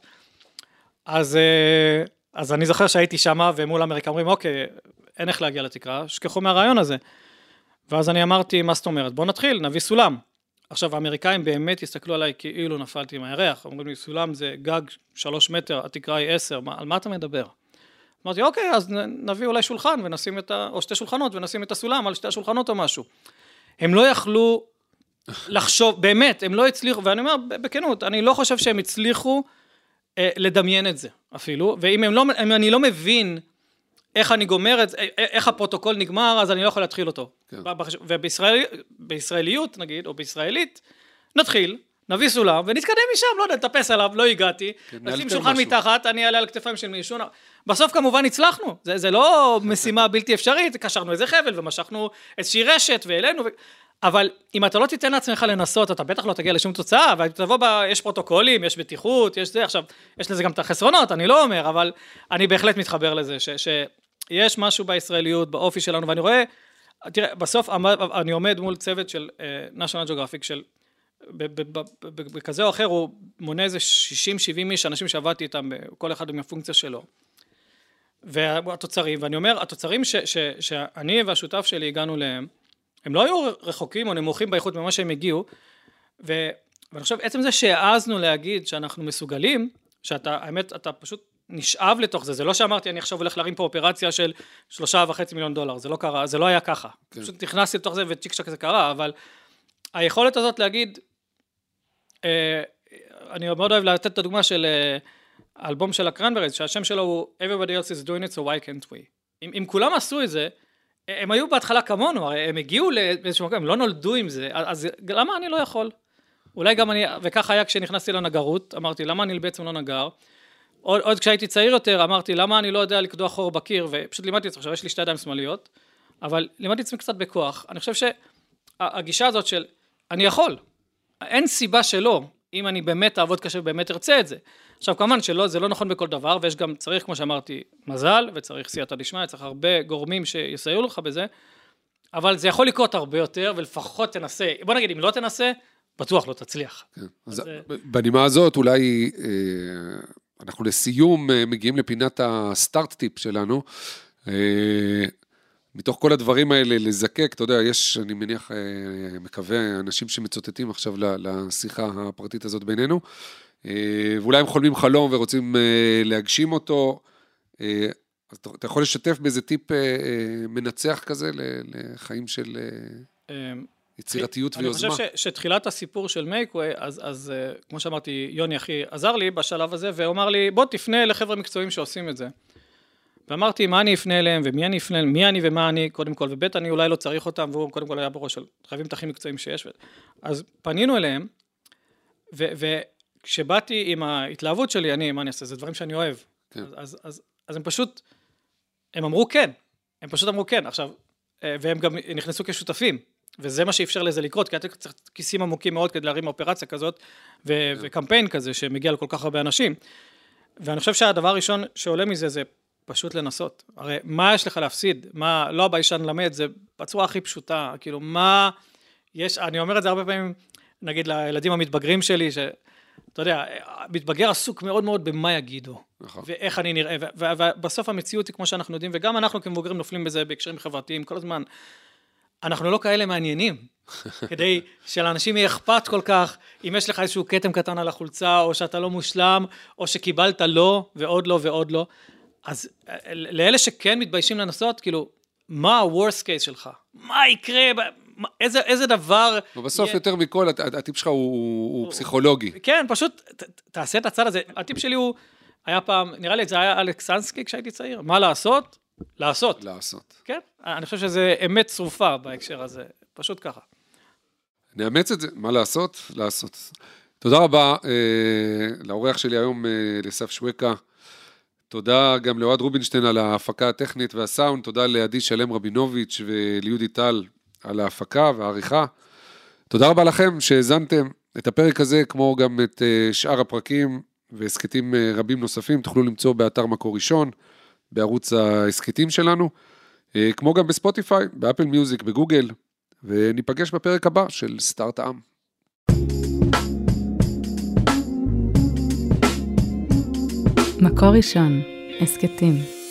אז אני זוכר שהייתי שמה, ומול האמריקאים אומרים, אוקיי, אין איך להגיע לתקרה, שכחו מהרעיון הזה. ואז אני אמרתי, מה זאת אומרת? בוא נתחיל, נביא סולם. עכשיו, האמריקאים באמת הסתכלו עליי כאילו נפלתי מהירח, אומרים לי, סולם זה גג 3 מטר, התקרה היא 10, על מה אתה מדבר? אמרתי, אוקיי, אז נביא אולי שולחן, ונשים או 2 שולחנות, ונשים את הסולם על 2 השולחנות או משהו. הם לא יכלו לחשוב, באמת, הם לא הצליחו, ואני אומר, בכנות, אני לא חושב שהם הצליחו לדמיין את זה אפילו, ואם אני לא מבין איך אני גומר את זה, איך הפרוטוקול נגמר, אז אני לא יכול להתחיל אותו. כן. ובישראליות נגיד, או בישראלית, נתחיל, נביא סולם, ונתקדם משם, לא נטפס עליו, לא הגעתי, כן, נשים שולחן מתחת, אני אעלה על כתפיים של מישהו, בסוף כמובן הצלחנו, זה לא משימה בלתי אפשרית, קשרנו איזה חבל, ומשכנו איזושהי רשת, ואלינו, אבל אם אתה לא תיתן לעצמך לנסות, אתה בטח לא תגיע לשום תוצאה, ותבוא יש פרוטוקולים, יש בטיחות, יש זה, עכשיו, יש לזה גם את החסרונות, אני לא אומר, אבל אני בהחלט מתחבר לזה, שיש משהו בישראליות, באופי שלנו, ואני רואה, תראה, בסוף אני עומד מול צוות של National Geographic, של, בכזה או אחר, הוא מונה איזה 60-70 איש, אנשים שעבדתי איתם, כל אחד עם הפונקציה שלו, והתוצרים, ואני אומר, התוצרים שאני והשותף שלי הגענו להם, הם לא היו רחוקים או נמוכים באיכות ממה שהם הגיעו, ואני חושב, עצם זה שהעזנו להגיד שאנחנו מסוגלים, האמת, אתה פשוט נשאב לתוך זה, זה לא שאמרתי, אני עכשיו הולך להרים פה אופרציה של $3.5 מיליון, זה לא קרה, זה לא היה ככה. כן. פשוט נכנסתי לתוך זה וצ'יק צ'ק זה קרה, אבל היכולת הזאת להגיד, אני מאוד אוהב לתת את הדוגמה של האלבום של הקרנבריז, שהשם שלו הוא Everybody else is doing it, so why can't we? אם כולם עשו את זה, הם היו בהתחלה כמונו, הרי הם הגיעו לאיזשהו מקום, הם לא נולדו עם זה, אז למה אני לא יכול? אולי גם אני, וככה היה כשנכנסתי לנגרות, אמרתי, למה אני בעצם לא נגר? עוד כשהייתי צעיר יותר, אמרתי, למה אני לא יודע לקדוח חור בקיר, ופשוט לימדתי את זה, עכשיו יש לי 2 ידיים שמאליות, אבל לימדתי את עצמי קצת בכוח. אני חושב שהגישה הזאת של, אני יכול, אין סיבה שלא, אם אני באמת אעבוד קשה ובאמת ארצה את זה. עכשיו, כמובן שלא, זה לא נכון בכל דבר, ויש גם, צריך, כמו שאמרתי, מזל, וצריך סייעתא דשמיא, צריך הרבה גורמים שיסייעו לך בזה, אבל זה יכול לקרות הרבה יותר, ולפחות תנסה. בוא נגיד, אם לא תנסה, בטוח לא תצליח. כן. אז בנימה הזאת, אולי אנחנו לסיום מגיעים לפינת הסטארט-טיפ שלנו, מתוך כל הדברים האלה לזקק, אתה יודע, יש, אני מניח, מקווה, אנשים שמצוטטים עכשיו לשיחה הפרטית הזאת בינינו, ואולי הם חולמים חלום ורוצים להגשים אותו, אז אתה יכול לשתף באיזה טיפ מנצח כזה לחיים של יצירתיות ויוזמה? אני חושב שתחילת הסיפור של מייקווי, אז כמו שאמרתי, יוני הכי עזר לי בשלב הזה, והוא אמר לי, בוא תפנה לחבר'ה מקצועיים שעושים את זה. ואמרתי, מה אני אפנה אליהם, ומי אני אפנה, מי אני ומה אני, קודם כל, ובית אני אולי לא צריך אותם, והוא קודם כל היה בראש של חייבים את הכי מקצועיים שיש. אז פנינו אליהם, וכשבאתי עם ההתלהבות שלי, מה אני אעשה? זה דברים שאני אוהב. כן. אז הם פשוט, הם אמרו כן. הם פשוט אמרו כן. עכשיו, והם גם נכנסו כשותפים, וזה מה שאפשר לזה לקרות, כי אתה צריך כיסים עמוקים מאוד כדי להרים אופרציה כזאת, וקמפיין כזה שמגיע לכל כך הרבה אנשים. ואני חושב שהדבר הראשון שעולה מזה זה פשוט לנסות. הרי מה יש לך להפסיד? מה, לא הביישן למד, זה בצורה הכי פשוטה. כאילו, מה יש, אני אומר את זה הרבה פעמים, נגיד לילדים המתבגרים שלי, אתה יודע, מתבגר עסוק מאוד מאוד במה יגידו, ואיך אני נראה, ובסוף המציאות היא כמו שאנחנו יודעים, וגם אנחנו כמבוגרים נופלים בזה בהקשרים חברתיים, כל הזמן, אנחנו לא כאלה מעניינים, כדי שלאנשים יהיה אכפת כל כך, אם יש לך איזשהו קטם קטן על החולצה, או שאתה לא מושלם, או שקיבלת לא, ועוד לא ועוד לא, אז לאלה שכן מתביישים לנסות, כאילו, מה ה-worst case שלך? מה יקרה? איזה דבר... ובסוף יותר מכל, הטיפ שלך הוא פסיכולוגי. כן, פשוט תעשה את הצד הזה. הטיפ שלי הוא, היה פעם, נראה לי, זה היה אלכסנסקי כשהייתי צעיר. מה לעשות? לעשות. לעשות. כן? אני חושב שזה אמת צרופה בהקשר הזה. פשוט ככה. נאמץ את זה. מה לעשות? לעשות. תודה רבה לאורח שלי היום, לסף שווקה. תודה גם לאוהד רובינשטיין על ההפקה הטכנית והסאונד. תודה לעדי שלם רבינוביץ' וליהודי טל על ההפקה והעריכה. תודה רבה לכם שהזנתם את הפרק הזה, כמו גם את שאר הפרקים והסקטים רבים נוספים, תוכלו למצוא באתר מקור ראשון, בערוץ ההסקטים שלנו, כמו גם בספוטיפיי, באפל מיוזיק, בגוגל, וניפגש בפרק הבא של סטארט עם. מקור ראשון, הסקטים.